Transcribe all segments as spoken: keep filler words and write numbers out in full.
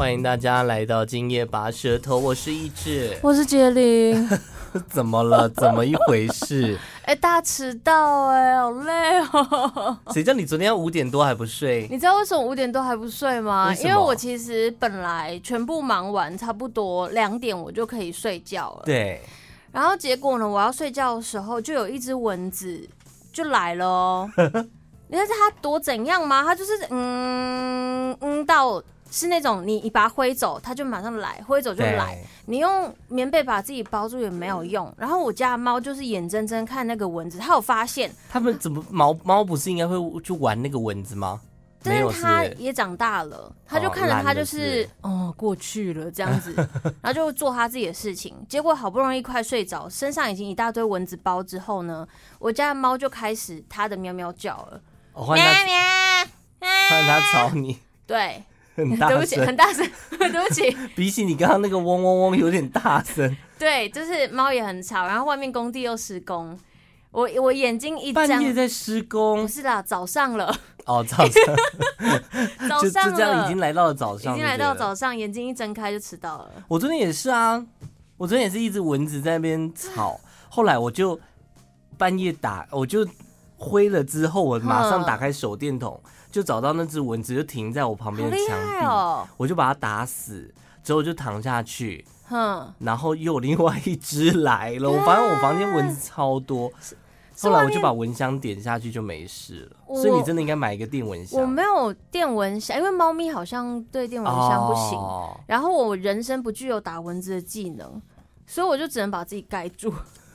欢迎大家来到今夜拔舌头，我是一志， 我是杰林。 怎么了？怎么一回事？ 哎、欸，大迟到哎、欸，好累哦。 谁叫你昨天要五点多还不睡？ 你知道为什么五点多还不睡吗？ 为什么？ 因为我其实本来全部忙完，差不多两点我就可以睡觉了。 对。 然后结果呢，我要睡觉的时候，就有一只蚊子就来了哦。你知道它多怎样吗？它就是嗯嗯到。是那种你你把它挥走，它就马上来，挥走就来。你用棉被把自己包住也没有用。然后我家的猫就是眼睁睁看那个蚊子，它有发现。 它们怎么猫猫不是应该会去玩那个蚊子吗？ 但是它也长大了，它就看着它就是哦, 哦过去了这样子，然后就做它自己的事情。结果好不容易快睡着，身上已经一大堆蚊子包之后呢，我家的猫就开始它的喵喵叫了。 哦，换它，换它吵你。 对。 很大声， 对不起，很大声，对不起。 比起你刚刚那个嗡嗡嗡有点大声。 对，就是猫也很吵，然后外面工地又施工，我我眼睛一张， 半夜在施工， 不是啦，早上了。 哦，早上， 早上了， 就这样已经来到了早上， 已经来到早上，眼睛一睁开就迟到了。 我昨天也是啊，我昨天也是一只蚊子在那边吵，后来我就半夜打，我就挥了之后，我马上打开手电筒。就找到那只蚊子，就停在我旁边的墙壁， 哦、 我就把它打死，之后就躺下去， 哼， 然后又有另外一只来了。我发现我房间蚊子超多，后来我就把蚊香点下去就没事了。所以你真的应该买一个电蚊香。 我没有电蚊香，因为猫咪好像对电蚊香不行。哦、然后我人生不具有打蚊子的技能，所以我就只能把自己盖住。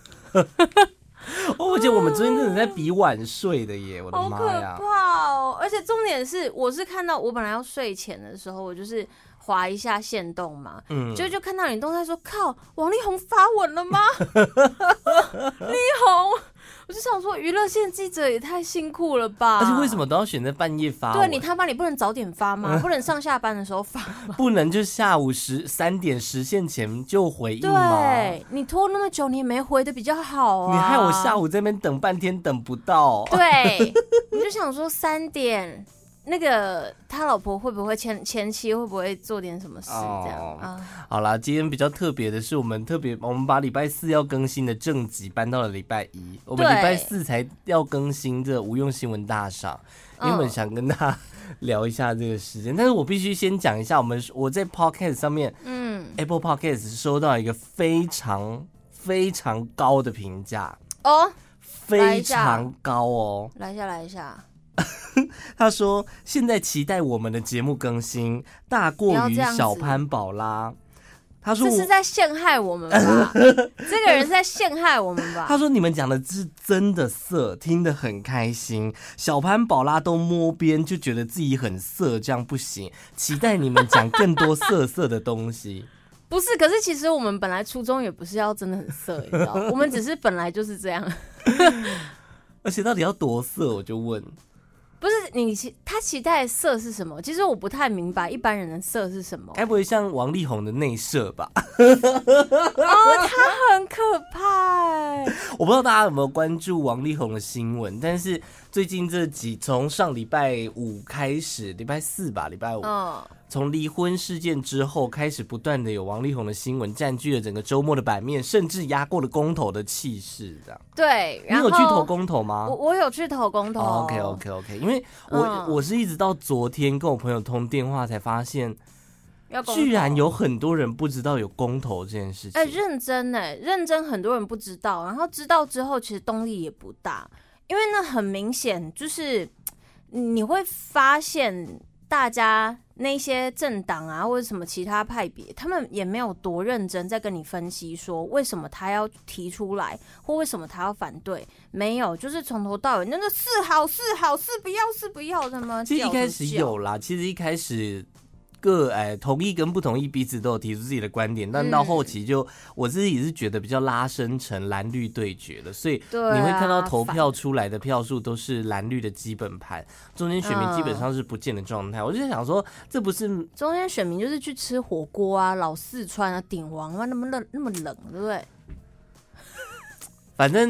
哦，我觉得我们昨天真的在比晚睡的耶，我的妈呀， 好可怕哦！而且重点是，我是看到我本来要睡前的时候，我就是滑一下限动嘛，嗯，就就看到你动态说，靠，王力宏发文了吗？力宏，我就想说，娱乐线记者也太辛苦了吧！ 而且为什么都要选在半夜发文？ 对你他妈，你不能早点发吗？不能上下班的时候发吗？ 不能就下午十三点实线前就回应吗？ 对，你拖那么久，你也没回的比较好啊！ 你害我下午这边等半天等不到。 对，你就想说三点。那个他老婆会不会前前妻会不会做点什么事这样、哦、啊？ 好啦，今天比较特别的是，我们特别我们把礼拜四要更新的正集搬到了礼拜一，我们礼拜四才要更新这无用新闻大赏，因为我们想跟大家聊一下这个时间，但是我必须先讲一下，我们我在 Podcast 上面，嗯 ，Apple Podcast 收到一个非常非常高的评价哦，非常高哦， 来一下，来一下。 他说：“现在期待我们的节目更新，大过于小潘宝拉。”他说：“ 这是在陷害我们吧？这个人是在陷害我们吧？” 他说：“你们讲的是真的色，听得很开心。小潘宝拉都摸边，就觉得自己很色，这样不行。期待你们讲更多色色的东西。” 不是，可是其实我们本来初衷也不是要真的很色，你知道，我们只是本来就是这样。 而且到底要多色，我就问。 不是你期他期待的色是什么？其实我不太明白一般人的色是什么。 该不会像王力宏的内射吧？ 哦，他很可怕哎！ 我不知道大家有没有关注王力宏的新闻，但是最近这几从上礼拜五开始，礼拜四吧，礼拜五，从、哦、离婚事件之后开始，不断的有王力宏的新闻占据了整个周末的版面，甚至压过了公投的气势，这样。 对， 你有去投公投吗？ 我我有去投公投。 Oh, OK OK OK， 因为我、嗯、我是一直到昨天跟我朋友通电话才发现。居然有很多人不知道有公投这件事情。 哎、欸，认真哎、欸，认真很多人不知道，然后知道之后，其实动力也不大，因为那很明显就是你会发现，大家那些政党啊，或者什么其他派别，他们也没有多认真在跟你分析说为什么他要提出来，或为什么他要反对，没有，就是从头到尾那个是好是好是不要是不要的吗？ 其实一开始有啦，其实一开始。各哎同意跟不同意彼此都有提出自己的观点，但到后期就、嗯、我自己是觉得比较拉伸成蓝绿对决了，所以你会看到投票出来的票数都是蓝绿的基本盘，中间选民基本上是不见的状态、嗯。我就想说，这不是中间选民就是去吃火锅啊，老四川啊，鼎王啊，那么冷那么冷，对不对？ 反正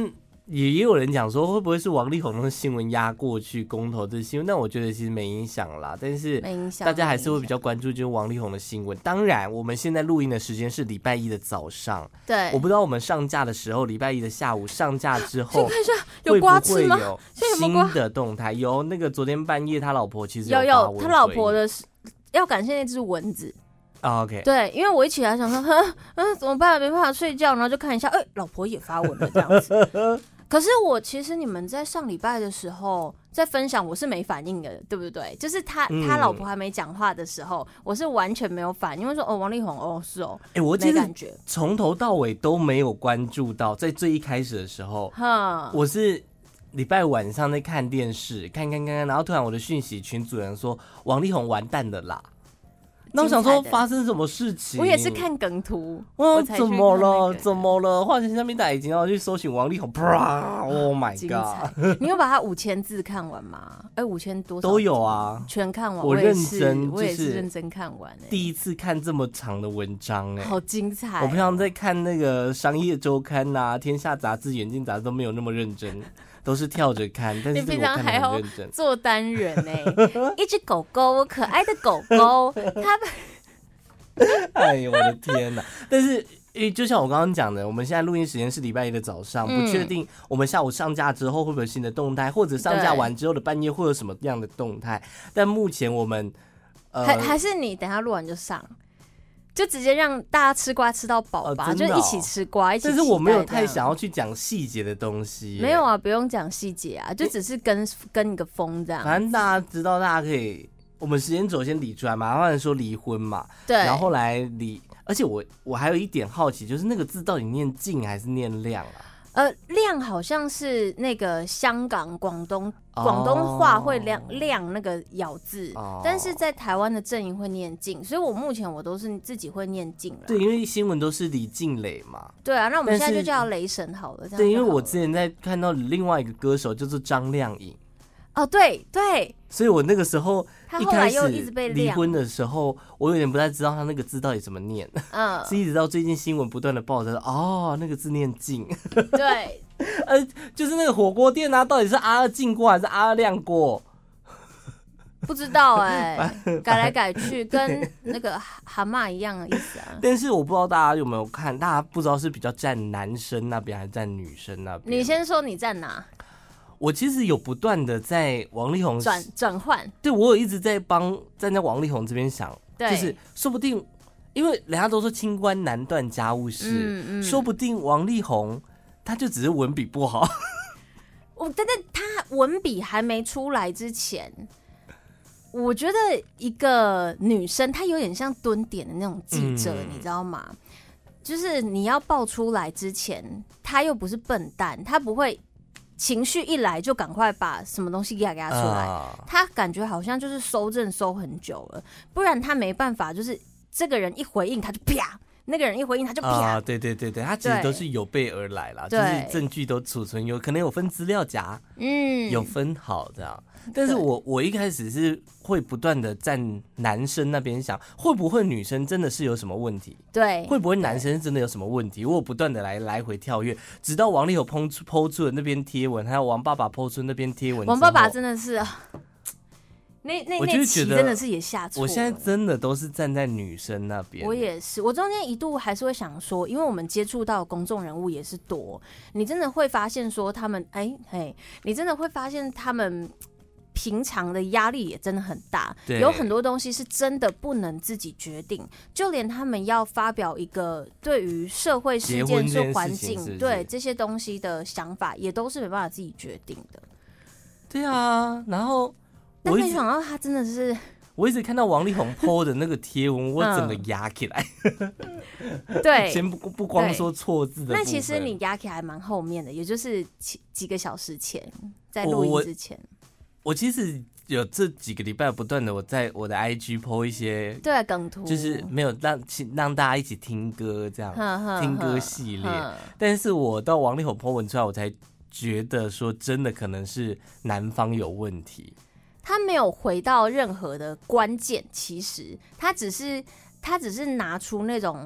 也也有人讲说，会不会是王力宏的新闻压过去公投的新闻？但我觉得其实没影响啦。但是大家还是会比较关注就是王力宏的新闻。当然，我们现在录音的时间是礼拜一的早上， 对， 我不知道我们上架的时候，礼拜一的下午上架之后， 看一下有瓜吃吗？ 有新的动态？有那个昨天半夜他老婆其实有有有他老婆的要感谢那只蚊子。 Oh, OK， 对，因为我一起来想说，哼，嗯，怎么办？没办法睡觉，然后就看一下，哎、欸，老婆也发文了这样子。可是我其实你们在上礼拜的时候在分享，我是没反应的，对不对？就是他、嗯、他老婆还没讲话的时候，我是完全没有反应，因为说哦，王力宏哦是哦， 哎、欸，我其实从头到尾都没有关注到，在最一开始的时候，我是礼拜晚上在看电视，看看看看，然后突然我的讯息群主人说王力宏完蛋了啦。那我想说发生什么事情？ 我也是看梗图， 哦，怎么了？怎么了？化成下面大已经要去搜寻王力宏 ，Oh my god！ 你有把它五千字看完吗？哎、欸，五千多少都有啊， 全看完。 我认真， 我也是认真看完、欸。 第一次看这么长的文章、欸，哎， 好精彩、喔！ 我平常在看那个商业周刊呐、啊、天下杂志、远近杂志都没有那么认真。都是跳着看，但是你平常还要做单人哎、 欸， 一只狗狗，可爱的狗狗，它， 哎呦我的天哪！但是因为就像我刚刚讲的，我们现在录音时间是礼拜一的早上，嗯、不确定我们下午上架之后会不会有新的动态，或者上架完之后的半夜会有什么样的动态。但目前我们、 呃、还还是你等一下录完就上。就直接让大家吃瓜吃到饱吧、呃哦，就一起吃瓜，一起。 但是我没有太想要去讲细节的东西。 没有啊，不用讲细节啊，就只是跟跟一个风这样。 反正大家知道，大家可以，我们时间轴先理出来嘛，麻烦说离婚嘛， 对， 然后后来离，而且我我还有一点好奇，就是那个字到底念静还是念亮啊？ 呃，亮好像是那个香港、广东广东话会亮、oh. 亮那个咬字， oh. 但是在台湾的阵营会念静，所以我目前我都是自己会念静了。 对，因为新闻都是李静蕾嘛。 对啊，那我们现在就叫雷神好了。这样对，因为我之前在看到另外一个歌手叫做张靓颖。 哦，对对， 所以我那个时候一开始离婚的时候，我有点不太知道他那个字到底怎么念，嗯，是一直到最近新闻不断的报道，哦，那个字念静， 对， 呃，就是那个火锅店啊，到底是阿二进锅还是阿二亮锅？ 不知道哎、欸，改来改去，跟那个蛤蟆一样的意思啊。 但是我不知道大家有没有看，大家不知道是比较站男生那边还是站女生那边？ 你先说你站哪？ 我其实有不断的在王力宏转转换， 对我有一直在帮站在王力宏这边想，就是说不定，因为人家都说清官难断家务事，嗯嗯，说不定王力宏他就只是文笔不好。 我但是他文笔还没出来之前，我觉得一个女生她有点像蹲点的那种记者，嗯、你知道吗？就是你要爆出来之前，她又不是笨蛋，她不会。情绪一来就赶快把什么东西给他给他出来，uh. 他感觉好像就是收证收很久了，不然他没办法，就是这个人一回应他就啪，那个人一回应他就啪， uh, 对对对对，他其实都是有备而来啦，就是证据都储存，有可能有分资料夹，嗯，有分好这样。但是我我一开始是会不断的站男生那边想，会不会女生真的是有什么问题？ 对， 会不会男生真的有什么问题？我不断的来来回跳跃，直到王力宏抛出抛出的那边贴文，还有王爸爸抛出那边贴文， 王爸爸真的是啊，那那那期真的是也下错了。 我现在真的都是站在女生那边。 我也是，我中间一度还是会想说，因为我们接触到的公众人物也是多，你真的会发现说他们，哎嘿，你真的会发现他们。平常的压力也真的很大，有很多东西是真的不能自己决定，就连他们要发表一个对于社会事件、是环境是是对这些东西的想法，也都是没办法自己决定的。 对啊，然后但没想到他真的是， 我一直看到王力宏 po 的那个贴文，我整个压起来。 对， 先不不光说错字的部分， 那其实你压起来蛮后面的，也就是几几个小时前，在录音之前。 我其实有这几个礼拜不断的我在我的 I G po 一些对梗图， 就是没有让让大家一起听歌这样呵呵听歌系列，但是我到王力宏 po 文出来，我才觉得说真的可能是男方有问题。 他没有回到任何的关键，其实他只是他只是拿出那种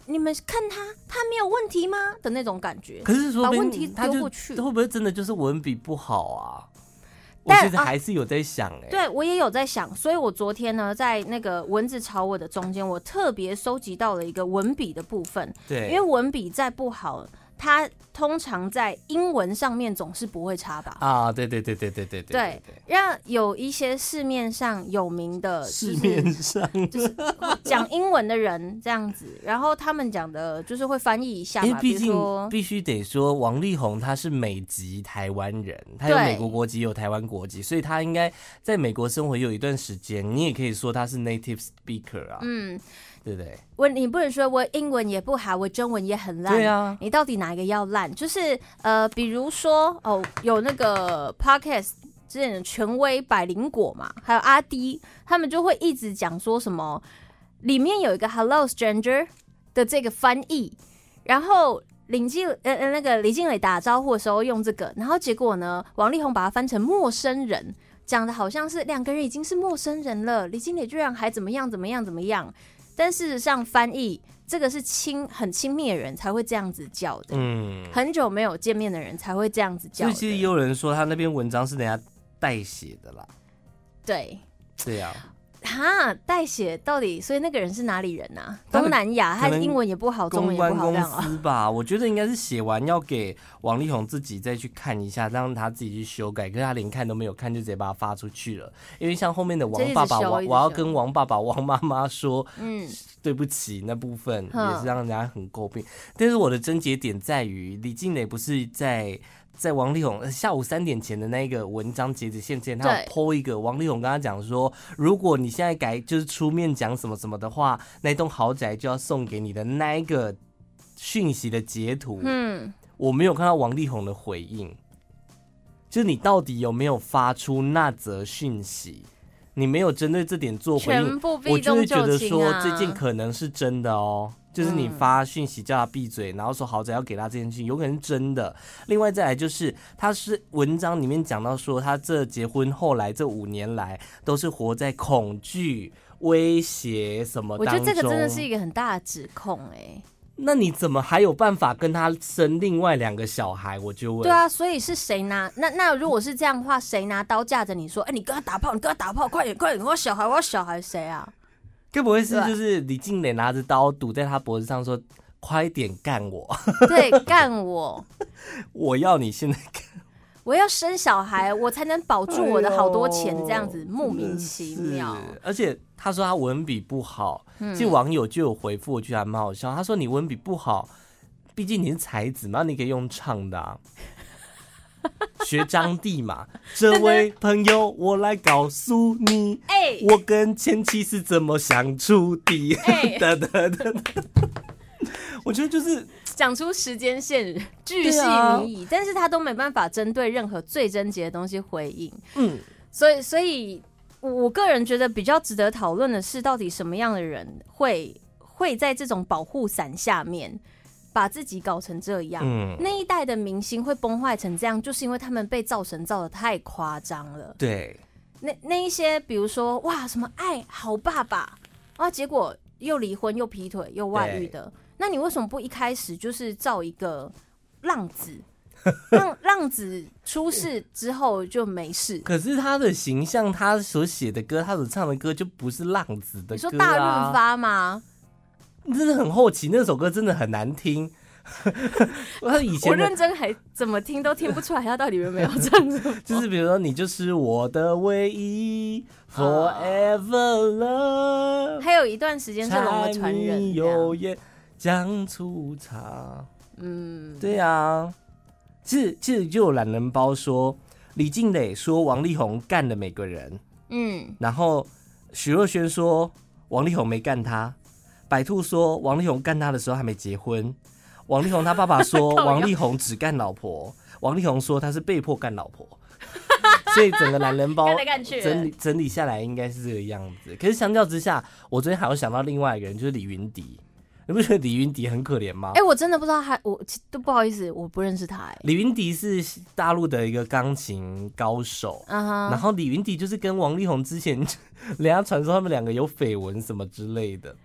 你们看他，他没有问题吗的那种感觉。 可是说把问题丢过去， 会不会真的就是文笔不好啊？我其实还是有在想哎、欸啊， 对我也有在想，所以我昨天呢，在那个蚊子吵我的中间，我特别收集到了一个文笔的部分。 对， 因为文笔再不好，它通常在英文上面总是不会差吧？ 啊，对对对对对对对对，让有一些市面上有名的， 市面上就是讲英文的人这样子，然后他们讲的就是会翻译一下嘛， 因为毕竟说必须得说，王力宏他是美籍台湾人，他有美国国籍，有台湾国籍，所以他应该在美国生活有一段时间，你也可以说他是 native speaker 啊，嗯。对不对？ 我你不能说我英文也不好，我中文也很烂。 对啊， 你到底哪一个要烂？就是呃，比如说哦，有那个 podcast 之前的权威百灵果嘛，还有阿滴，他们就会一直讲说什么，里面有一个 Hello Stranger 的这个翻译，然后林静呃呃那个李静蕾打招呼的时候用这个，然后结果呢，王力宏把它翻成陌生人，讲的好像是两个人已经是陌生人了，李静蕾居然还怎么样怎么样怎么样。但事实上，翻译这个是亲很亲密的人才会这样子叫的，嗯，很久没有见面的人才会这样子叫的。 所以其实也有人说他那篇文章是人家代写的啦。 对， 对啊。 哈，代写到底，所以那个人是哪里人啊？东南亚，他英文也不好，中文也不好，这样啊？公关公司吧，我觉得应该是写完要给王力宏自己再去看一下，让他自己去修改。可是他连看都没有看，就直接把它发出去了。因为像后面的王爸爸，我我要跟王爸爸、王妈妈说，嗯，对不起，那部分也是让人家很诟病。但是我的症结点在于，李静蕾不是在。在王力宏下午三点前的那个文章截止线之前，他有 po 一个王力宏跟他讲说，如果你现在改就是出面讲什么什么的话，那栋豪宅就要送给你的那一个讯息的截图。嗯，我没有看到王力宏的回应，就是你到底有没有发出那则讯息？你没有针对这点做回应，我就会觉得说这件可能是真的哦。就是你发讯息叫他闭嘴，然后说豪宅要给他这件事情，有可能是真的。另外再来就是，他是文章里面讲到说，他这结婚后来这五年来都是活在恐惧、威胁什么当中。 我觉得这个真的是一个很大的指控哎、欸。 那你怎么还有办法跟他生另外两个小孩？我就问。 对啊，所以是谁拿？那那如果是这样的话，谁拿刀架着你说，哎、欸，你跟他打炮，你跟他打炮，快点快点，我要小孩，我要小孩，谁啊？ 该不会是就是李静蕾拿着刀堵在他脖子上说：“快点干我！” 对，干我！ 我要你现在干， 我要生小孩，我才能保住我的好多钱，这样子莫名其妙。 而且他说他文笔不好，其实网友就有回复，我觉得还蛮好笑。他说你文笔不好，毕竟你是才子嘛，你可以用唱的啊。学张帝嘛，这位朋友，我来告诉你，欸、我跟前妻是怎么相处的。欸、得得得得我觉得就是讲出时间线，巨细靡遗，但是他都没办法针对任何最症结的东西回应。嗯，所以所以我个人觉得比较值得讨论的是，到底什么样的人会会在这种保护伞下面。把自己搞成这样、嗯，那一代的明星会崩坏成这样，就是因为他们被造神造的太夸张了。 对， 那那一些，比如说哇，什么爱好爸爸啊，结果又离婚又劈腿又外遇的，那你为什么不一开始就是造一个浪子？让浪子出事之后就没事。 可是他的形象，他所写的歌，他所唱的歌就不是浪子的歌、啊。 你说大润发吗？ 真的很后期，那首歌真的很难听。他以前我认真还怎么听都听不出来他到底有没有唱什么。 就是比如说，你就是我的唯一 ，Forever Love。 还有一段时间是龙的传人， 有眼酱醋茶。嗯，对啊。其实其实就有懒人包说，李静蕾说王力宏干了每个人。嗯，然后许若瑄说王力宏没干他。百兔说王力宏干他的时候还没结婚，王力宏他爸爸说王力宏只干老婆，王力宏说他是被迫干老婆，所以整个懒人包整理整理下来应该是这个样子。可是相较之下，我昨天还有想到另外一个人，就是李云迪。你不觉得李云迪很可怜吗？ 哎、欸，我真的不知道他，我都不好意思，我不认识他、欸。 李云迪是大陆的一个钢琴高手， uh-huh. 然后李云迪就是跟王力宏之前人家传说他们两个有绯闻什么之类的。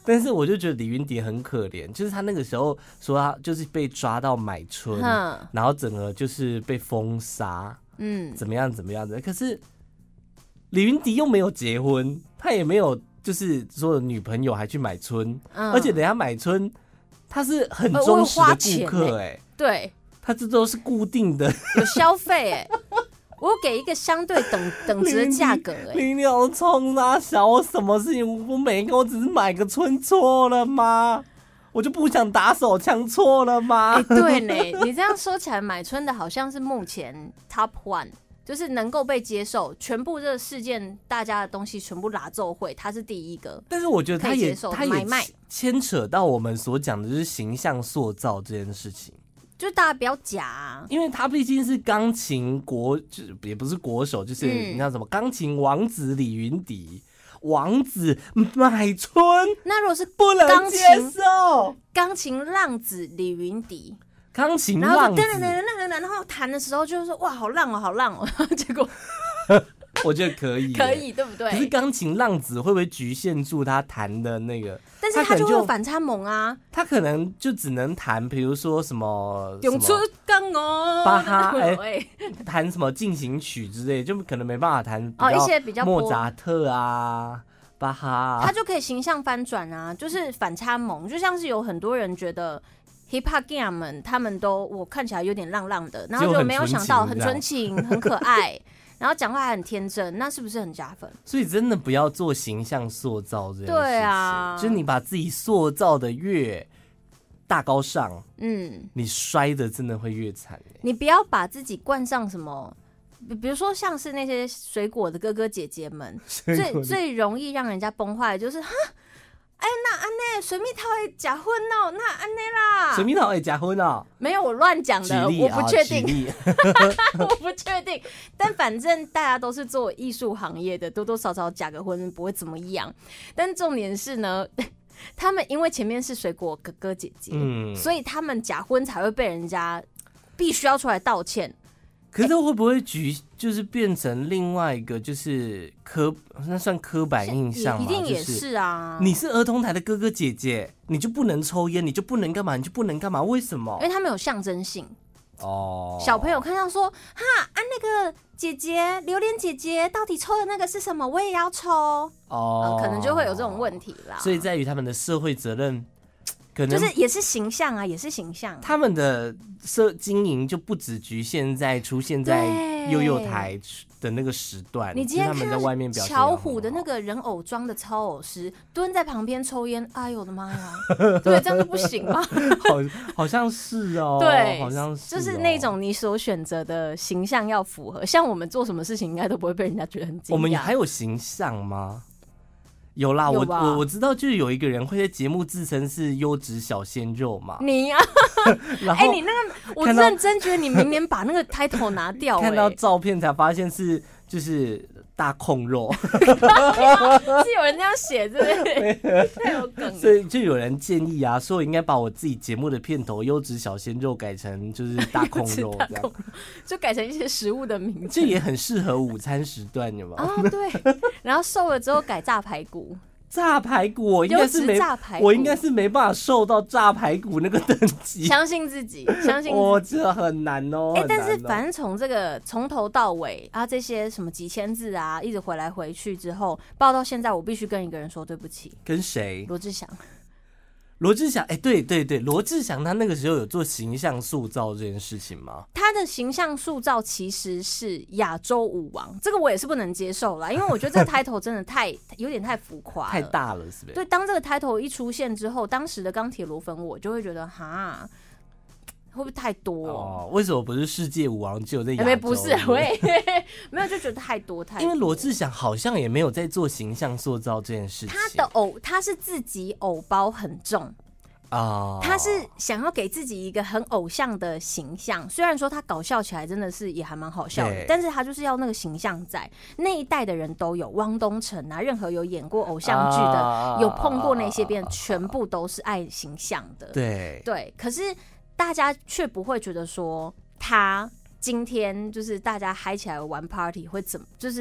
但是我就觉得李云迪很可怜，就是他那个时候说他就是被抓到买春，然后整个就是被封杀，嗯，怎么样怎么样的。可是李云迪又没有结婚，他也没有就是说女朋友还去买春，嗯、而且人家买春他是很忠实的顾客、欸，哎、欸， 对， 他这都是固定的， 有消费、欸，哎。我给一个相对等等值的价格、欸，哎， 你要冲他小我什么事情？我每个我只是买个春错了吗？我就不想打手枪错了吗？ 哎、欸，对呢，你这样说起来，买春的好像是目前 top one， 就是能够被接受，全部这个事件大家的东西全部拉奏会，他是第一个。 但是我觉得他也他也买牵扯到我们所讲的就是形象塑造这件事情。 就大家不要假、啊， 因为他毕竟是钢琴国，就也不是国手，就是、嗯、你知道什么钢琴王子李云迪，王子买春， 那如果是不能接受， 钢琴浪子李云迪， 钢琴浪子， 然后弹的时候就是说哇好浪哦好浪哦，结果我觉得可以， 可以对不对？ 可是钢琴浪子会不会局限住他弹的那个？ 但是他就会有反差萌啊， 他可能就只能弹，比如说什么咏出钢哦， 巴哈哎，弹什么进行曲之类，就可能没办法弹哦一些比较莫扎特啊、巴哈、啊， 他就可以形象翻转啊，就是反差萌，就像是有很多人觉得 hip hop gang 们他们都我看起来有点浪浪的，然后就没有想到很纯情、很可爱。然后讲话还很天真，那是不是很加分？ 所以真的不要做形象塑造这件事情。 对啊， 就是你把自己塑造的越大高尚，嗯，你摔的真的会越惨。 你不要把自己冠上什么，比如说像是那些水果的哥哥姐姐们，最最容易让人家崩坏的就是哈。哎，那安内水蜜桃会假婚哦？那安内啦， 水蜜桃会假婚哦？ 没有，我乱讲的，我不确定，我不确定。但反正大家都是做艺术行业的，多多少少假个婚不会怎么样。但重点是呢，他们因为前面是水果哥哥姐姐，嗯，所以他们假婚才会被人家必须要出来道歉。 可是会不会局就是变成另外一个就是刻那算刻板印象吗？ 一定也是啊、 就是！你是儿童台的哥哥姐姐，你就不能抽烟，你就不能干嘛，你就不能干嘛？为什么？ 因为他们有象征性哦。 小朋友看到说哈啊那个姐姐榴莲姐姐到底抽的那个是什么？我也要抽哦、呃，可能就会有这种问题啦。 所以在于他们的社会责任。可能就是也是形象啊，也是形象、啊。 他们的社经营就不只局限在出现在幼幼台的那个时段。 你今天看到巧虎的那个人偶装的操偶师蹲在旁边抽烟，哎呦我的妈呀！对，这样就不行吗？ 好，好像是哦。 对， 好像是、 哦，就是那种你所选择的形象要符合。像我们做什么事情，应该都不会被人家觉得很惊讶。 我们还有形象吗？有啦，我我我知道，就是有一个人会在节目自称是优质小鲜肉嘛。 你呀、啊，哎、欸，你那个，我认真觉得你明年把那个 title 拿掉、欸。 看到照片才发现是就是大控肉， 是有人这样写，是不是？太有梗了。 所以就有人建议啊，说我应该把我自己节目的片头“优质小鲜肉”改成就是大控肉这样， 就改成一些食物的名字， 这也很适合午餐时段，有吗？ 哦，对。然后瘦了之后改炸排骨。 炸排骨，我应该是没，我应该是没办法瘦到炸排骨那个等级。 相信自己，相信自己。 我这很难哦。哎、欸， 但是反正从这个从头到尾啊，这些什么几千字啊，一直回来回去之后，报到现在，我必须跟一个人说对不起。 跟谁？ 罗志祥。 罗志祥，哎、欸，对对对，罗志祥他那个时候有做形象塑造这件事情吗？ 他的形象塑造其实是亚洲舞王，这个我也是不能接受啦，因为我觉得这个 title 真的太有点太浮夸了， 太大了，是不是？ 对，当这个 title 一出现之后，当时的钢铁罗粉我就会觉得，哈，会不会太多？ 哦，为什么不是世界舞王只有在亚洲？ 欸、不是，我也没有就觉得太多太多。 因为罗志祥好像也没有在做形象塑造这件事情。 他的偶，他是自己偶包很重。 哦、 他是想要给自己一个很偶像的形象，虽然说他搞笑起来真的是也还蛮好笑的，但是他就是要那个形象在。那一代的人都有，汪东城啊，任何有演过偶像剧的、啊、有碰过那些边、啊、全部都是爱形象的。 对对，可是大家却不会觉得说他今天就是大家嗨起来玩 party 会怎么，就是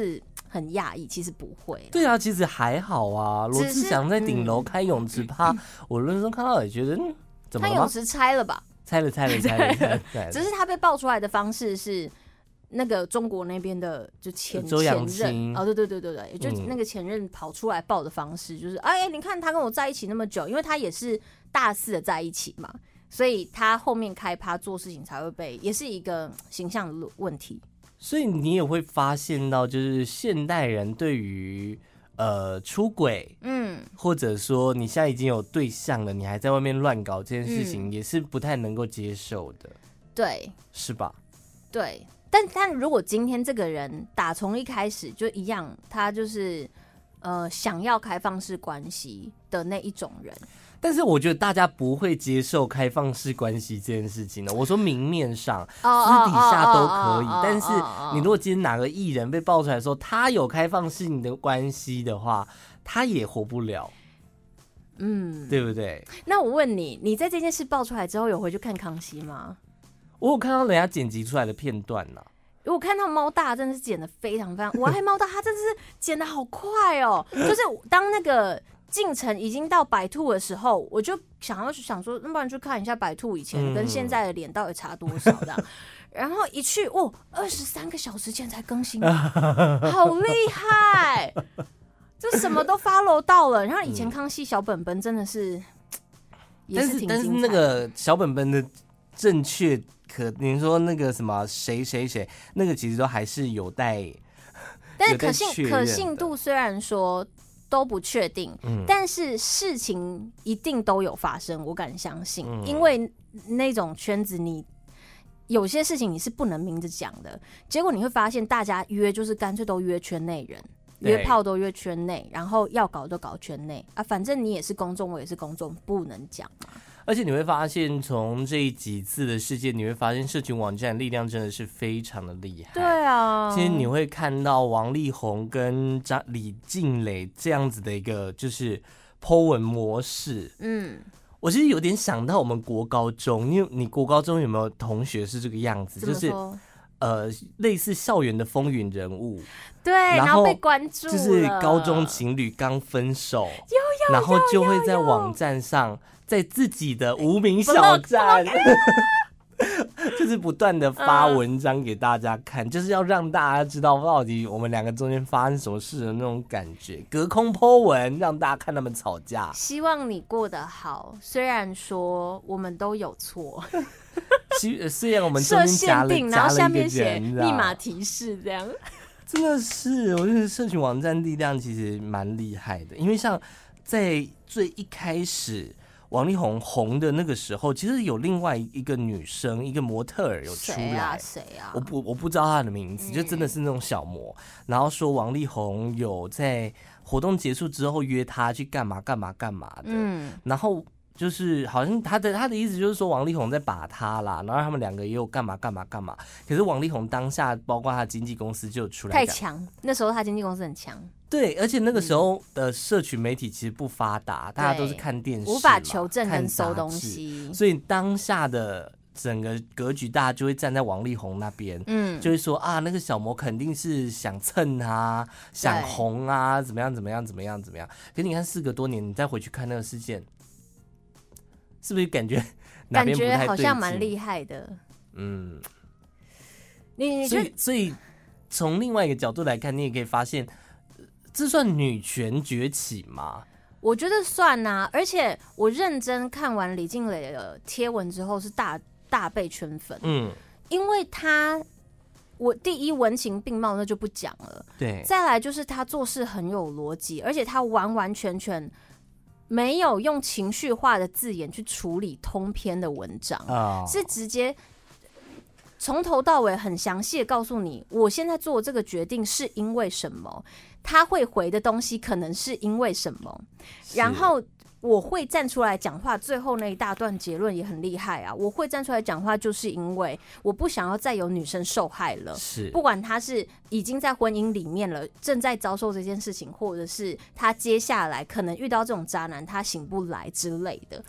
很讶异，其实不会。 对啊，其实还好啊。罗志祥在顶楼开泳池趴，嗯、我那时候看到也觉得，嗯、怎么了吗？ 他泳池拆了吧？ 拆了，拆了，拆了，拆了。 只是他被爆出来的方式是那个中国那边的就前周扬前青任哦，对对对对对，就那个前任跑出来爆的方式，就是哎、嗯，你看他跟我在一起那么久，因为他也是大四的在一起嘛，所以他后面开趴做事情才会被，也是一个形象的问题。 所以你也会发现到，就是现代人对于呃出轨，嗯，或者说你现在已经有对象了，你还在外面乱搞这件事情，嗯、也是不太能够接受的， 对， 是吧？ 对，但但如果今天这个人打从一开始就一样，他就是呃想要开放式关系的那一种人。 但是我觉得大家不会接受开放式关系这件事情呢。我说明面上、oh, 私底下都可以， oh, oh, oh, oh, oh, oh, 但是你如果今天哪个艺人被爆出来说他有开放式你的关系的话，他也活不了，嗯，对不对？ 那我问你，你在这件事爆出来之后，有回去看康熙吗？ 我有看到人家剪辑出来的片段啦、啊。 我看到猫大真的是剪得非常非常，我爱猫大，他真的是剪得好快哦，就是当那个。进程已经到白兔的时候，我就想要想说，那不然去看一下白兔以前跟现在的脸到底差多少这样。嗯、然后一去，哦，二十三个小时前才更新，好厉害！就什么都 follow 到了。然后以前康熙小本本真的是，嗯、也是挺精彩的。 但是但是那个小本本的正确可，你说那个什么谁谁谁，那个其实都还是有待， 但是可信可信度虽然说。都不确定、嗯，但是事情一定都有发生，我敢相信，嗯、因为那种圈子你有些事情你是不能明着讲的，结果你会发现大家约就是干脆都约圈内人，约炮都约圈内，然后要搞都搞圈内啊，反正你也是公众，我也是公众，不能讲嘛。 而且你会发现，从这几次的事件，你会发现社群网站力量真的是非常的厉害。 对啊， 其实你会看到王力宏跟张李静蕾这样子的一个就是 po 文模式。嗯，我其实有点想到我们国高中，因为你国高中有没有同学是这个样子？就是呃，类似校园的风云人物。 对，然后被关注了， 就是高中情侣刚分手，然后就会在网站上。在自己的无名小站，就是不断的发文章给大家看，嗯、就是要让大家知道到底我们两个中间发生什么事的那种感觉。隔空 po 文，让大家看他们吵架。 希望你过得好，虽然说我们都有错， 虽然我们中间夹了然后下面写密码提示这样。 真的是，我觉得社群网站力量其实蛮厉害的，因为像在最一开始。王力宏红的那个时候，其实有另外一个女生，一个模特儿有出来，谁啊？谁啊？ 我不我不知道她的名字，嗯、就真的是那种小模。然后说王力宏有在活动结束之后约她去干嘛干嘛干嘛的，嗯，然后就是好像他的他的意思就是说王力宏在把他啦，然后他们两个也有干嘛干嘛干嘛。可是王力宏当下包括他的经纪公司就有出来太强，那时候他经纪公司很强。 对，而且那个时候的社群媒体其实不发达，嗯、大家都是看电视， 无法求证跟搜东西， 所以当下的整个格局，大家就会站在王力宏那边，嗯，就会说啊，那个小模肯定是想蹭啊，想红啊，怎么样怎么样怎么样怎么样。可是你看事隔多年，你再回去看那个事件，是不是感觉哪边不太对劲？ 感觉好像蛮厉害的，嗯，你你所以所以从另外一个角度来看，你也可以发现。这算女权崛起吗？ 我觉得算啊，而且我认真看完李静蕾的贴文之后，是大大被圈粉。嗯，因为他，我第一文情并茂，那就不讲了。 对， 再来就是他做事很有逻辑，而且他完完全全没有用情绪化的字眼去处理通篇的文章，哦、是直接。从头到尾很详细的告诉你，我现在做这个决定是因为什么，他会回的东西可能是因为什么，然后我会站出来讲话，最后那一大段结论也很厉害啊！我会站出来讲话，就是因为我不想要再有女生受害了， 是不管她是已经在婚姻里面了，正在遭受这件事情，或者是她接下来可能遇到这种渣男，她醒不来之类的。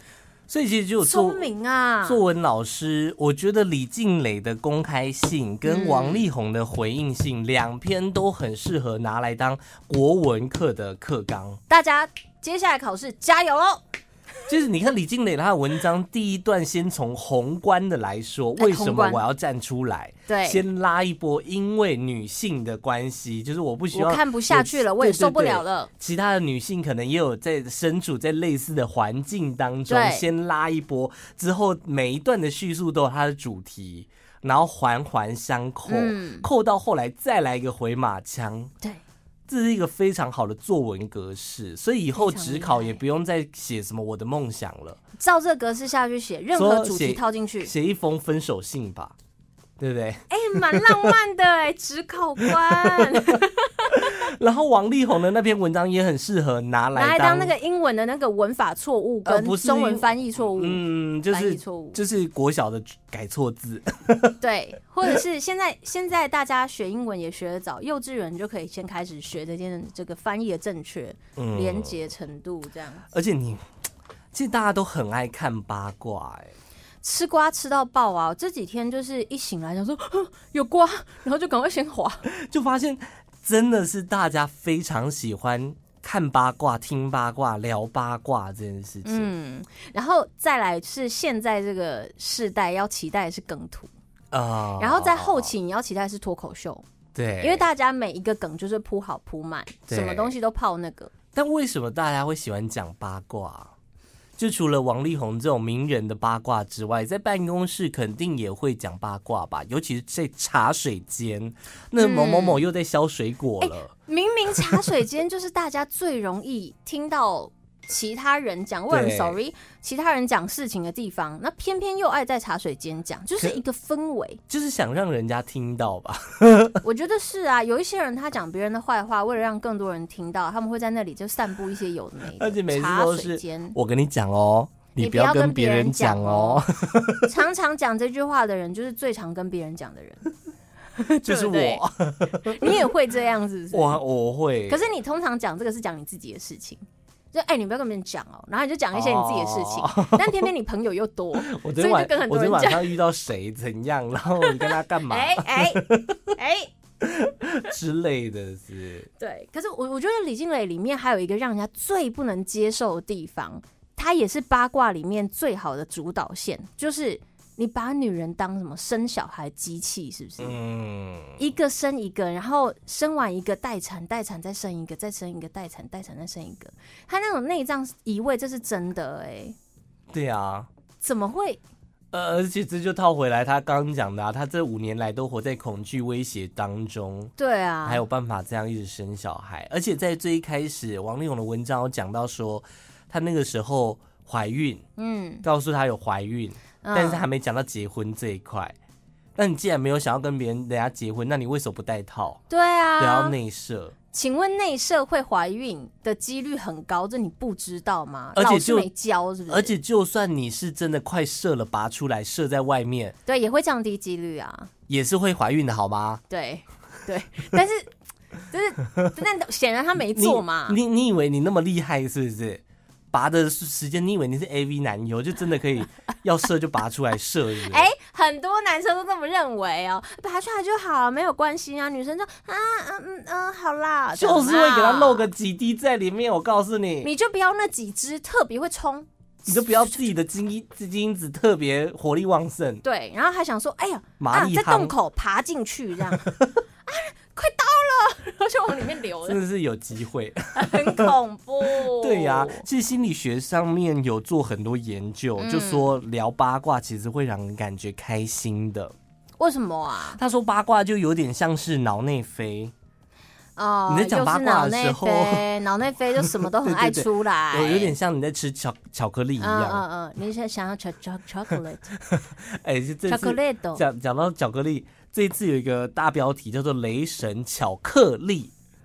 所以其实就有聪明啊， 作文老师，我觉得李静蕾的公开信跟王力宏的回应信，两、嗯、篇都很适合拿来当国文课的课纲。 大家接下来考试加油喽！ 就是你看李静蕾她的文章第一段，先从宏观的来说，为什么我要站出来？对，先拉一波，因为女性的关系，就是我不需要， 我看不下去了，我也受不了了。对对对， 其他的女性可能也有在身处在类似的环境当中，先拉一波，之后每一段的叙述都有它的主题，然后环环相扣，嗯、扣到后来再来一个回马枪。 对。 这是一个非常好的作文格式，所以以后只考也不用再写什么我的梦想了， 照这格式下去写，任何主题套进去， 写一封分手信吧，对不对？ 哎、欸，蛮浪漫的哎，只考官。 然后王力宏的那篇文章也很适合拿来当拿来当那个英文的那个文法错误跟中文翻译错误， 嗯，就是就是国小的改错字， 对，或者是现在现在大家学英文也学得早，幼稚园就可以先开始学这件这个翻译的正确、嗯、连结程度这样。 而且你其实大家都很爱看八卦哎、欸。 吃瓜吃到爆啊！这几天就是一醒来想说有瓜，然后就赶快先滑， 就发现真的是大家非常喜欢看八卦、听八卦、聊八卦这件事情。 嗯，然后再来是现在这个世代要期待的是梗图啊、uh, 然后在后期你要期待的是脱口秀， 对， 因为大家每一个梗就是铺好铺满，什么东西都泡那个。 但为什么大家会喜欢讲八卦？就除了王力宏这种名人的八卦之外，在办公室肯定也会讲八卦吧，尤其是在茶水间，那某某某又在削水果了、 欸、明明茶水间就是大家最容易听到其他人讲，我很 sorry， 其他人讲事情的地方，那偏偏又爱在茶水间讲，就是一个氛围， 就是想让人家听到吧。 我觉得是啊，有一些人他讲别人的坏话，为了让更多人听到，他们会在那里就散布一些有的没的， 而且每次都是我跟你讲哦，你不要跟别人讲哦。 常常讲这句话的人，就是最常跟别人讲的人。 就是我。 对对，你也会这样是不是？ 我我会， 可是你通常讲这个是讲你自己的事情，就哎、欸，你不要跟别人讲哦，然后你就讲一些你自己的事情，哦、但偏偏你朋友又多， 我昨天晚我昨天晚上遇到谁怎样，然后你跟他干嘛？ 哎哎哎之类的是。 对，可是我我觉得李静蕾里面还有一个让人家最不能接受的地方，它也是八卦里面最好的主导线，就是你把女人当什么生小孩机器，是不是？嗯，一个生一个，然后生完一个待产，待产再生一个，再生一个待产，待产再生一个，他那种内脏移位，这是真的哎、欸。 对啊， 怎么会？ 呃，而且这就套回来他刚刚讲的啊，他这五年来都活在恐惧威胁当中。 对啊， 还有办法这样一直生小孩，而且在最一开始，王力宏的文章有讲到说，他那个时候怀孕，嗯，告诉他有怀孕。嗯、但是还没讲到结婚这一块。那你既然没有想要跟别人人家结婚，那你为什么不戴套？ 对啊， 不要内射。 请问内射会怀孕的几率很高，这你不知道吗？而且老师没教是不是？ 而且就算你是真的快射了，拔出来射在外面， 对，也会降低几率啊， 也是会怀孕的好吗？ 对对，但是就是但显然他没做嘛。 你 你, 你以为你那么厉害是不是？拔的时间，你以为你是 A V 男优，就真的可以要射就拔出来射？ 哎、欸，很多男生都这么认为哦，拔出来就好，没有关系啊。女生就啊嗯嗯嗯，好啦， 就是会给他漏个几滴在里面。我告诉你， 你就不要那几支特别会冲， 你就不要自己的基因基因子特别活力旺盛。 对，然后还想说，哎呀，啊，在洞口爬进去这样。啊，快到了，然后就往里面流了， 真的是有机会， 很恐怖。 对呀、啊，其实心理学上面有做很多研究，嗯、就说聊八卦其实会让人感觉开心的。 为什么啊？ 他说八卦就有点像是脑内飞。 哦， 你在讲八卦的时候， 脑内飞就什么都很爱出来， 对对对，有点像你在吃巧巧克力一样。 嗯嗯嗯，你想要巧巧 chocolate？ 哎，这次讲讲到巧克力。这一次有一个大标题叫做“雷神巧克力”，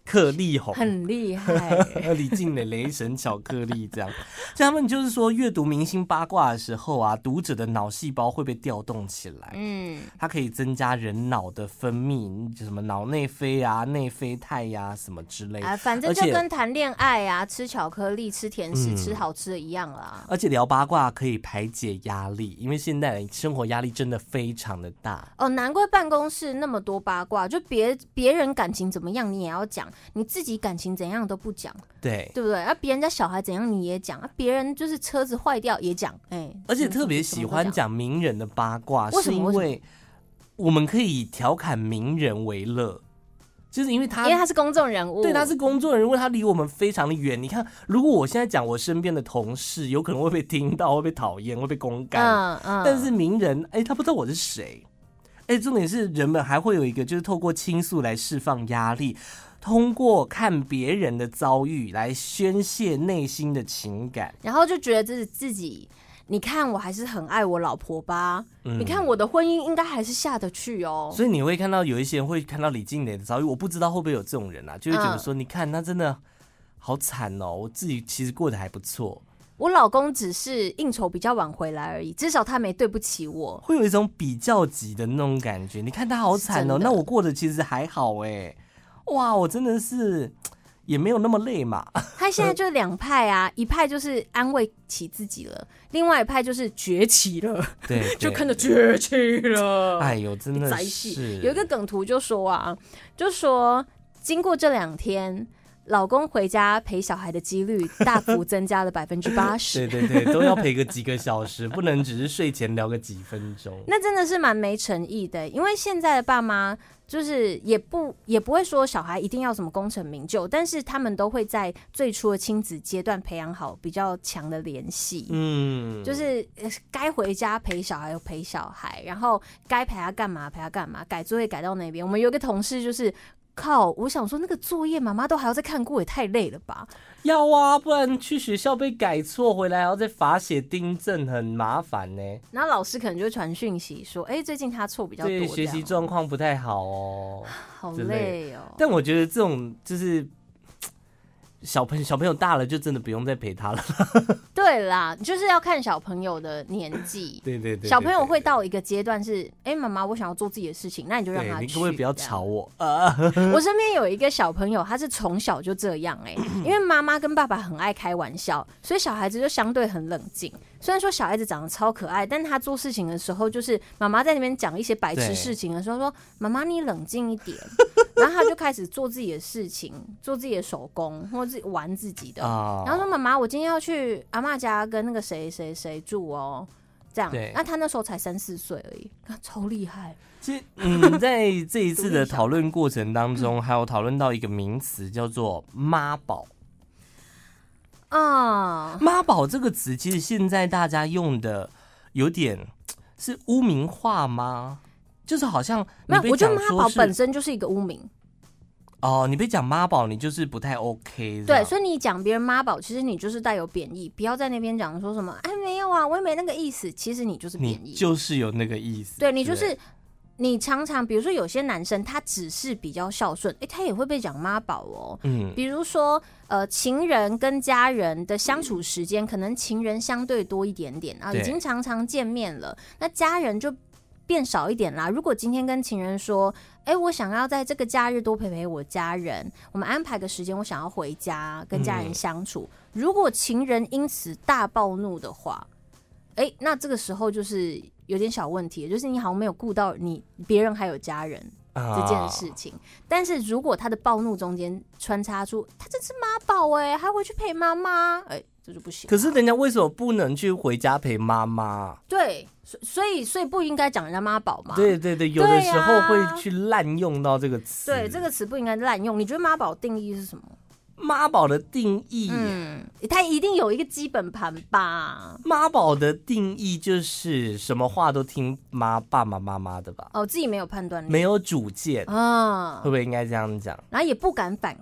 克力红， 很厉害。 李静蕾雷神巧克力这样，所以他们就是说，阅读明星八卦的时候啊，读者的脑细胞会被调动起来，嗯，它可以增加人脑的分泌，就什么脑内啡啊、内啡肽呀、啊、什么之类的。 啊，反正就跟谈恋爱啊、吃巧克力、吃甜食、嗯、吃好吃的一样啦。 而且聊八卦可以排解压力，因为现在的生活压力真的非常的大。 哦，难怪办公室那么多八卦，就别别人感情怎么样你也要讲。你自己感情怎样都不讲， 对对不对？啊，别人家小孩怎样你也讲，啊，别人就是车子坏掉也讲，哎、欸， 而且特别喜欢讲名人的八卦，是因为我们可以调侃名人为乐，就是因为他， 因为他是公众人物， 对，他是公众人物，他离我们非常的远。你看，如果我现在讲我身边的同事，有可能会被听到，会被讨厌，会被公干，嗯嗯，但是名人，哎、欸，他不知道我是谁，哎、欸，重点是人们还会有一个，就是透过倾诉来释放压力。通过看别人的遭遇来宣泄内心的情感， 然后就觉得这是自己，你看我还是很爱我老婆吧、嗯、你看我的婚姻应该还是下得去哦。 所以你会看到有一些人会看到李静蕾的遭遇，我不知道会不会有这种人啊，就会觉得说、嗯、你看他真的好惨哦，我自己其实过得还不错， 我老公只是应酬比较晚回来而已，至少他没对不起我， 会有一种比较级的那种感觉。你看他好惨哦，那我过得其实还好哎，哇，我真的是也没有那么累嘛。 他现在就两派啊，一派就是安慰起自己了，另外一派就是崛起了， 对， 就看着崛起了。 哎呦，真的是有一个梗图就说啊，就说经过这两天。老公回家陪小孩的几率大幅增加了百分之八十。 对对对，都要陪个几个小时，不能只是睡前聊个几分钟。 那真的是蛮没诚意的，因为现在的爸妈就是也不也不会说小孩一定要什么功成名就，但是他们都会在最初的亲子阶段培养好比较强的联系。嗯，就是该回家陪小孩陪小孩，然后该陪他干嘛陪他干嘛，改作业改到那边。我们有一个同事就是。靠！我想说，那个作业妈妈都还要再看过，也太累了吧？ 要啊，不然去学校被改错，回来还要再罚写订正，很麻烦呢。 然后老师可能就会传讯息说：“哎、欸，最近他错比较多， 对，学习状况不太好哦， 好累哦。” 但我觉得这种就是小朋友小朋友大了，就真的不用再陪他了。 对啦，就是要看小朋友的年纪。 对, 对, 对, 对, 对， 小朋友会到一个阶段是，哎、欸，妈妈，我想要做自己的事情，那你就让他去。 你可不可以不要吵我？ 我身边有一个小朋友，他是从小就这样哎、欸，因为妈妈跟爸爸很爱开玩笑，所以小孩子就相对很冷静。虽然说小孩子长得超可爱，但他做事情的时候，就是妈妈在那边讲一些白痴事情的时候，说妈妈你冷静一点，然后他就开始做自己的事情，做自己的手工或者自己玩自己的，哦、然后说妈妈，我今天要去阿嬷家跟那个谁谁谁住哦，这样。那他那时候才三四岁而已，超厉害。 其实，嗯，在这一次的讨论过程当中，还有讨论到一个名词叫做妈宝。啊，妈宝这个词，其实现在大家用的有点是污名化吗？就是好像没有，我觉得妈宝本身就是一个污名。 哦，你被讲妈宝，你就是不太 OK。 对，所以你讲别人妈宝，其实你就是带有贬义，不要在那边讲说什么，哎，没有啊，我也没那个意思。其实你就是贬义， 你就是有那个意思。 对，你就是。你常常比如说有些男生他只是比较孝顺，哎，他也会被讲妈宝哦。嗯，比如说呃，情人跟家人的相处时间，可能情人相对多一点点啊，已经常常见面了，那家人就变少一点啦。如果今天跟情人说，哎，我想要在这个假日多陪陪我家人，我们安排个时间，我想要回家跟家人相处。嗯、如果情人因此大暴怒的话，哎，那这个时候就是有点小问题，就是你好像没有顾到你别人还有家人这件事情。啊、但是如果他的暴怒中间穿插出他这是妈宝哎，还回去陪妈妈，哎，这就不行。 可是人家为什么不能去回家陪妈妈？ 对，所以所以不应该讲人家妈宝嘛。 对对对，有的时候会去滥用到这个词。 对，这个词不应该滥用。你觉得妈宝定义是什么？ 妈宝的定义， 嗯，他一定有一个基本盘吧？ 妈宝的定义就是什么话都听妈爸爸妈妈的吧？ 哦，自己没有判断力， 没有主见啊，会不会应该这样讲？ 然后也不敢反抗，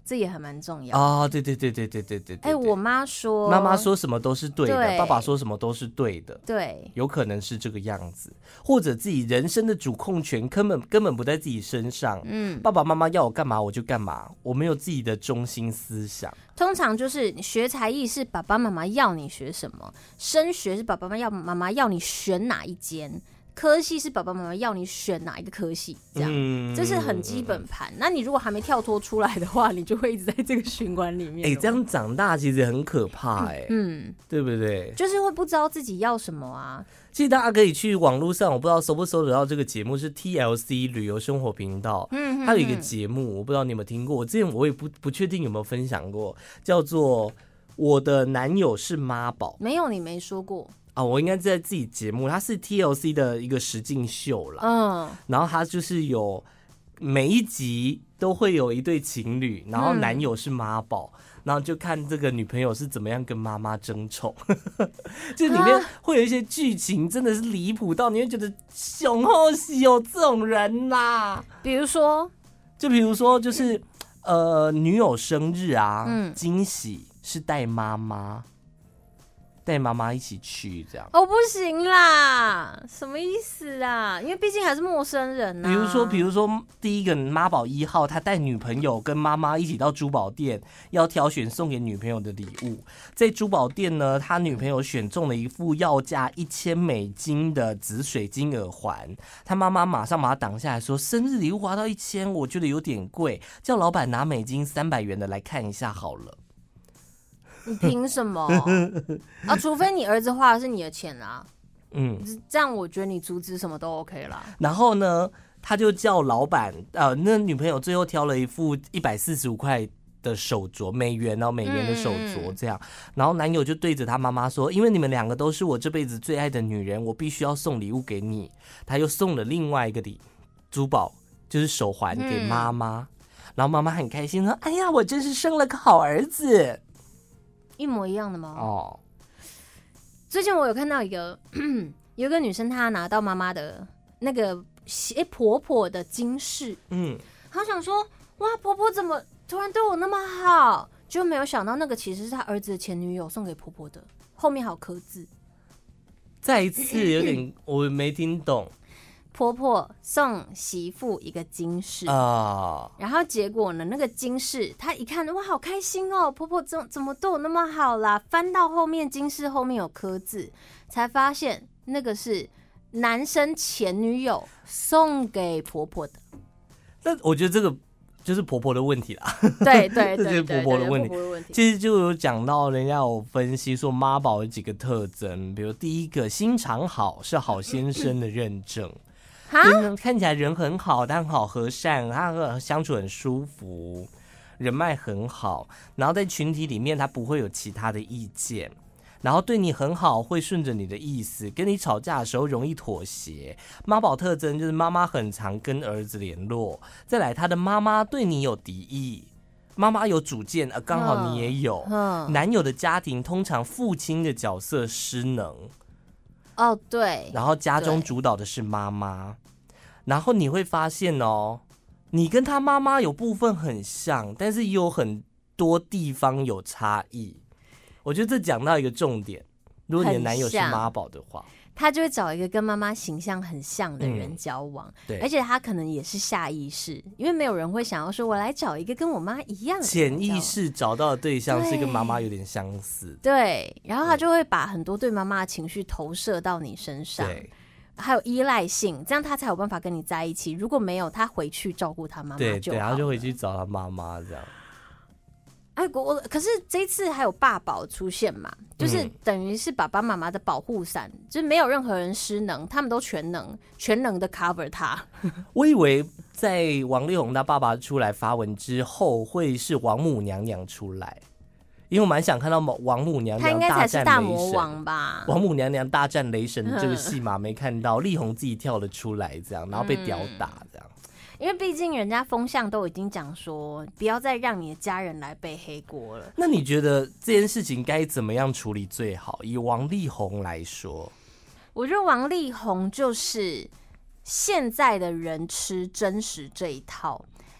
这也还蛮重要哦。对对对对对对对对。 哎、欸，我妈说， 妈妈说什么都是对的， 对， 爸爸说什么都是对的， 对， 有可能是这个样子，或者自己人生的主控权根本根本不在自己身上。嗯，爸爸妈妈要我干嘛我就干嘛，我没有自己的中心思想。 通常就是你学才艺是爸爸妈妈要你学什么，升学是爸爸妈妈要你选哪一间。科系是爸爸妈妈要你选哪一个科系，这样，嗯、这是很基本盘。那你如果还没跳脱出来的话，你就会一直在这个循环里面。 哎、欸，这样长大其实很可怕、欸，哎，嗯，对不对？ 就是会不知道自己要什么啊。 其实大家可以去网络上，我不知道搜不搜得到这个节目，是 T L C 旅游生活频道，嗯，它有一个节目，我不知道你有没有听过。我之前我也不不确定有没有分享过，叫做《我的男友是妈宝》。 没有，你没说过。 啊，我应该在自己节目，它是 T L C 的一个实境秀啦。嗯，然后它就是有每一集都会有一对情侣，然后男友是妈宝，嗯、然后就看这个女朋友是怎么样跟妈妈争宠，就里面会有一些剧情真的是离谱到你会觉得熊后喜有这种人啦。 比如说， 就比如说就是呃女友生日啊，嗯，惊喜是带妈妈。带妈妈一起去，这样哦，不行啦，什么意思啊？因为毕竟还是陌生人啊。 比如说，比如说第一个妈宝一号，他带女朋友跟妈妈一起到珠宝店，要挑选送给女朋友的礼物。在珠宝店呢，他女朋友选中了一副要价一千美金的紫水晶耳环，他妈妈马上把他挡下来说：“生日礼物花到一千，我觉得有点贵，叫老板拿美金三百元的来看一下好了。” 你凭什么啊？除非你儿子花的是你的钱啊，嗯，这样我觉得你阻止什么都 OK 啦。 然后呢，他就叫老板，呃，那女朋友最后挑了一副一百四十五块的手镯，美元哦，美元的手镯这样。嗯、然后男友就对着他妈妈说：“因为你们两个都是我这辈子最爱的女人，我必须要送礼物给你。”他又送了另外一个礼珠宝，就是手环给妈妈。嗯、然后妈妈很开心说：“哎呀，我真是生了个好儿子。” 一模一样的吗？哦，最近我有看到一个，有一个女生，她拿到妈妈的那个哎、欸、婆婆的金饰，嗯，她想说，哇，婆婆怎么突然对我那么好？就没有想到那个其实是她儿子的前女友送给婆婆的，后面还有刻字。 再一次有点我没听懂。 婆婆送媳妇一个金饰啊，然后结果呢，那个金饰她一看，哇，好开心哦！婆婆怎怎么对我那么好啦？翻到后面，金饰后面有刻字，才发现那个是男生前女友送给婆婆的。 那我觉得这个就是婆婆的问题啦。 对对对， 这是婆婆的问题。其实就有讲到，人家有分析说妈宝有几个特征，比如第一个，心肠好，是好先生的认证。看起来人很好，但很好和善，他相处很舒服，人脉很好，然后在群体里面他不会有其他的意见，然后对你很好，会顺着你的意思，跟你吵架的时候容易妥协。妈宝特征就是妈妈很常跟儿子联络，再来他的妈妈对你有敌意，妈妈有主见，呃，刚好你也有。嗯、男友的家庭通常父亲的角色失能。 哦，对， 然后家中主导的是妈妈，然后你会发现哦，你跟他妈妈有部分很像，但是也有很多地方有差异。我觉得这讲到一个重点，如果你的男友是妈宝的话， 他就会找一个跟妈妈形象很像的人交往，嗯、对，而且他可能也是下意识，因为没有人会想要说我来找一个跟我妈一样的人， 潜意识找到的对象是跟妈妈有点相似， 对，然后他就会把很多对妈妈的情绪投射到你身上，对，还有依赖性，这样他才有办法跟你在一起。如果没有，他回去照顾他妈妈就好了， 对，然后就回去找他妈妈这样。 哎，我可是这一次还有爸宝出现嘛，就是等于是爸爸妈妈的保护伞，嗯、就是没有任何人失能，他们都全能，全能的 cover 他。 我以为在王力宏他爸爸出来发文之后，会是王母娘娘出来，因为我蛮想看到王母娘娘大战雷神，他应该才是大魔王吧？王母娘娘大战雷神这个戏码没看到，力宏自己跳了出来，这样，然后被屌打这样。嗯， 因为毕竟人家风向都已经讲说，不要再让你的家人来背黑锅了。 那你觉得这件事情该怎么样处理最好？以王力宏来说， 我觉得王力宏就是现在的人吃真实这一套。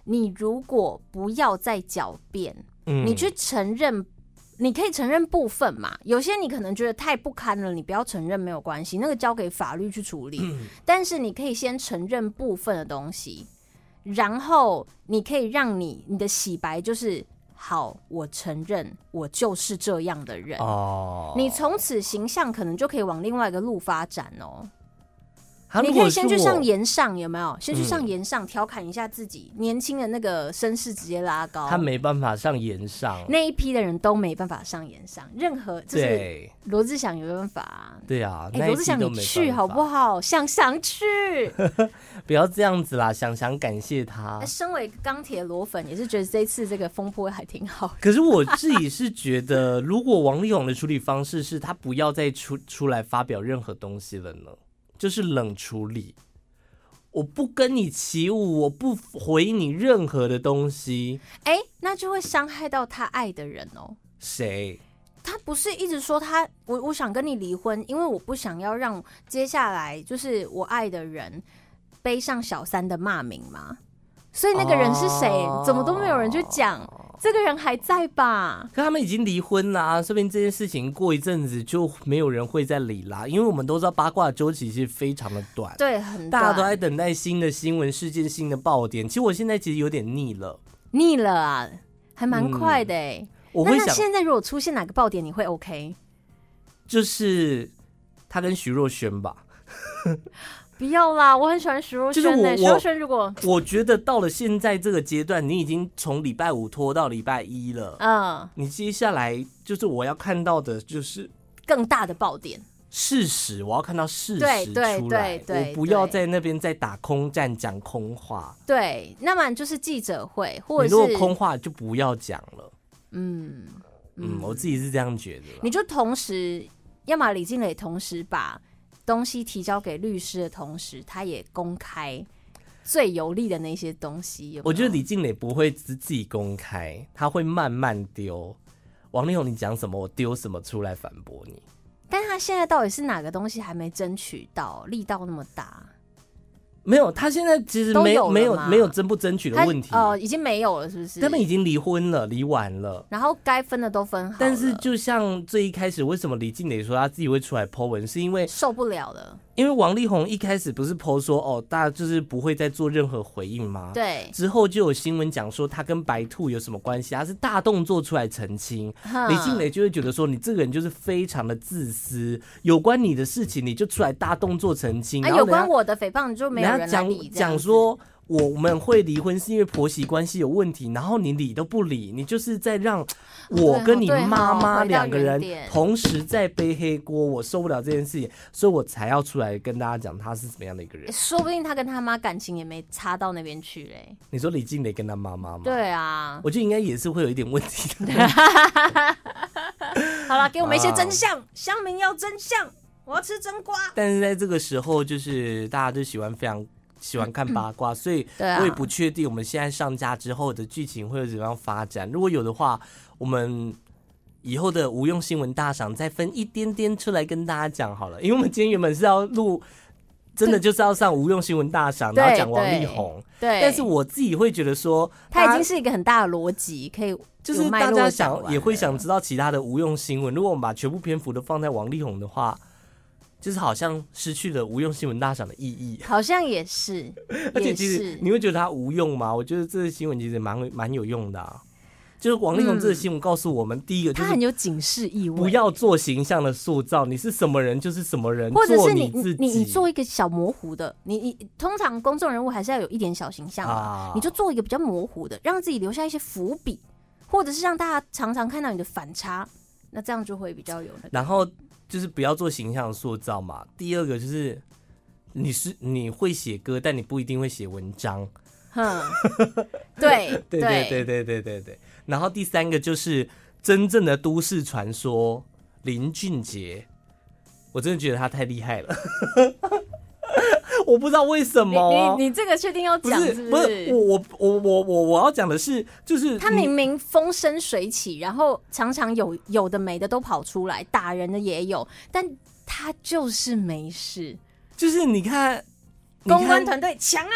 你如果不要再狡辩， 嗯， 你去承认。你可以承认部分嘛，有些你可能觉得太不堪了，你不要承认没有关系，那个交给法律去处理。嗯、但是你可以先承认部分的东西，然后你可以让你你的洗白就是好，我承认我就是这样的人。哦，你从此形象可能就可以往另外一个路发展哦。你可以先去上岩上，有没有？先去上岩上，调侃一下自己，年轻的那个身世直接拉高。 他没办法上岩上， 那一批的人都没办法上岩上，任何就是罗志祥有办法、啊。 对啊， 哎、欸，罗志祥你去好不好？想想去， 不要这样子啦，想想感谢他。 身为钢铁罗粉，也是觉得这次这个风波还挺好。 可是我自己是觉得，如果王力宏的处理方式是他不要再出出来发表任何东西了呢？就是冷处理，我不跟你起舞，我不回你任何的东西。 哎、欸，那就会伤害到他爱的人哦。 谁？ 他不是一直说他我我想跟你离婚，因为我不想要让接下来就是我爱的人背上小三的骂名吗？所以那个人是谁、哦？怎么都没有人去讲？这个人还在吧？ 可他们已经离婚啦、啊，说不定这件事情过一阵子就没有人会再理啦。因为我们都知道八卦的周期是非常的短， 对，很短， 大家都在等待新的新闻事件、新的爆点。其实我现在其实有点腻了， 腻了啊，还蛮快的哎、欸嗯。 我会想， 那现在如果出现哪个爆点，你会 OK？ 就是他跟徐若瑄吧。 不要啦，我很喜欢徐若瑄、欸。徐若瑄如果我觉得到了现在这个阶段，你已经从礼拜五拖到礼拜一了，嗯，你接下来就是我要看到的就是更大的爆点， 事实，我要看到事实出来， 对对对对， 我不要在那边再打空战讲空话。 对，那么就是记者会，或者是你如果空话就不要讲了。嗯嗯，我自己是这样觉得。 你就同时，要么李静蕾同时把东西提交给律师的同时，他也公开最有利的那些东西。有没有？ 我觉得李静蕾不会自己公开，他会慢慢丢。王力宏，你讲什么，我丢什么出来反驳你。 但他现在到底是哪个东西还没争取到，力道那么大？ 没有，他现在其实没有没有没有争不争取的问题哦、呃，已经没有了，是不是？ 他们已经离婚了，离完了， 然后该分的都分好了。 但是就像最一开始，为什么李静蕾说他自己会出来 po 文，是因为受不了了。 因为王力宏一开始不是 po 说哦，大家就是不会再做任何回应吗？ 对。 之后就有新闻讲说他跟白兔有什么关系，他是大动作出来澄清。李静蕾就会觉得说你这个人就是非常的自私，有关你的事情你就出来大动作澄清， 啊、有关我的诽谤就没有人来理。 讲说我们会离婚是因为婆媳关系有问题，然后你理都不理，你就是在让我跟你妈妈两个人同时在背黑锅，我受不了这件事情，所以我才要出来跟大家讲他是怎么样的一个人。 说不定他跟他妈感情也没差到那边去嘞。 你说李静蕾跟他妈妈吗？ 对啊， 我觉得应该也是会有一点问题的。 好了，给我们一些真相，乡民要真相，我要吃真瓜。 但是在这个时候，就是大家都喜欢非常喜欢看八卦，所以我也不确定我们现在上架之后的剧情会有怎么样发展。如果有的话，我们以后的无用新闻大赏再分一点点出来跟大家讲好了。因为我们今天原本是要录，真的就是要上无用新闻大赏，然后讲王力宏。对，但是我自己会觉得说， 它已经是一个很大的逻辑，可以就是大家想也会想知道其他的无用新闻。如果我们把全部篇幅都放在王力宏的话，就是好像失去了无用新闻大赏的意义， 好像也是， 而且其实你会觉得它无用吗？我觉得这个新闻其实蛮蛮有用的啊。就是王力宏这个新闻告诉我们，嗯、第一个就是它很有警示意味， 不要做形象的塑造，你是什么人就是什么人， 或者是你做你自己你你做一个小模糊的，你你通常公众人物还是要有一点小形象嘛、啊，你就做一个比较模糊的，让自己留下一些伏笔，或者是让大家常常看到你的反差，那这样就会比较有、那個。 然后就是不要做形象的塑造嘛。第二个就是你是你会写歌，但你不一定会写文章。 哼，对对对对对对对对。然后第三个就是真正的都市传说林俊杰，我真的觉得他太厉害了。我不知道为什么， 你 你, 你这个确定要讲是不是？ 不是，我我我我我我要讲的是，就是他明明风生水起，然后常常有有的没的都跑出来，打人的也有，但他就是没事。 就是你看， 公关团队强啊！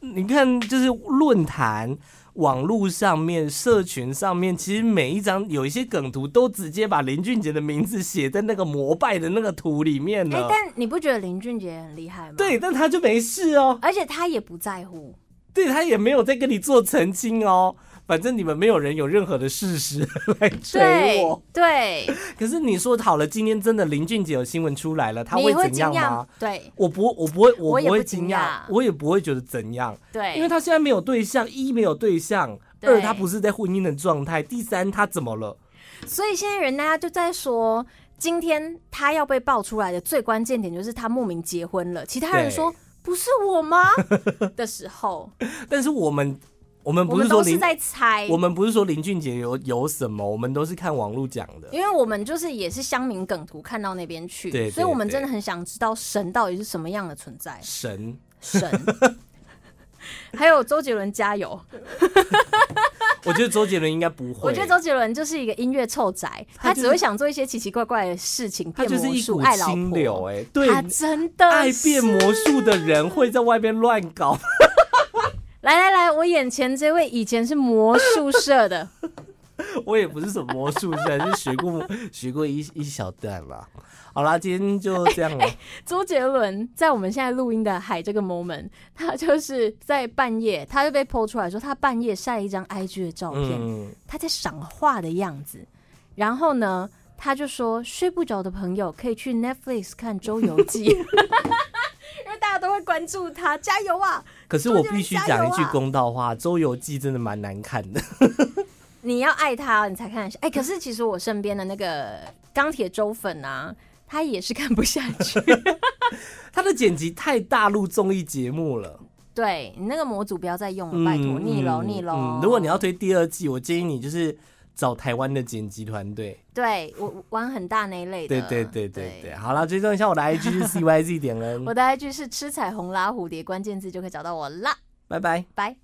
你看，就是论坛、网络上面、社群上面，其实每一张有一些梗图都直接把林俊杰的名字写在那个膜拜的那个图里面了。 哎、欸，但你不觉得林俊杰很厉害吗？ 对，但他就没事哦， 而且他也不在乎， 对他也没有在跟你做澄清哦。反正你们没有人有任何的事实来追我， 对。对可是你说好了，今天真的林俊杰有新闻出来了，他会怎样吗？ 对， 我不，我不会，我不会惊讶， 我也不会觉得怎样。 对， 因为他现在没有对象，一没有对象，二他不是在婚姻的状态，第三他怎么了？ 所以现在人家就在说，今天他要被爆出来的最关键点就是他莫名结婚了，其他人说不是我吗的时候， 但是我们。我们不是说林， 我们都是在猜。 我们不是说林俊杰有有什么，我们都是看网络讲的。 因为我们就是也是乡民梗图看到那边去， 对对对， 所以我们真的很想知道神到底是什么样的存在。 神神，还有周杰伦加油。 我觉得周杰伦应该不会。 我觉得周杰伦就是一个音乐臭宅，他, 他只会想做一些奇奇怪怪的事情，变魔术， 他就是一股清流、欸。哎，对， 他真的爱变魔术的人会在外面乱搞。 来来来，我眼前这位以前是魔术社的， 我也不是什么魔术社，就学过学过一一小段啦。好啦，今天就这样了。欸欸、 周杰伦在我们现在录音的海这个 moment， 他就是在半夜，他就被 po 出来说，他半夜晒了一张 I G 的照片，嗯、他在赏画的样子。然后呢，他就说睡不着的朋友可以去 Netflix 看《周游记》。因为大家都会关注他，加油啊！ 可是我必须讲一句公道话，《周游记》真的蛮难看的。 你要爱他，你才看得下。哎、欸，可是其实我身边的那个钢铁周粉啊，他也是看不下去。 他的剪辑太大陆综艺节目了。 对，你那个模组不要再用了，拜托，腻喽腻喽。 如果你要推第二季，我建议你就是找台湾的剪辑团队， 对，我玩很大那一类的。 对对对对对，好了，追踪一下我的 I G 是 C Y Z 点 N， 我的 I G 是吃彩虹拉蝴蝶，关键字就可以找到我啦。 拜拜， 拜。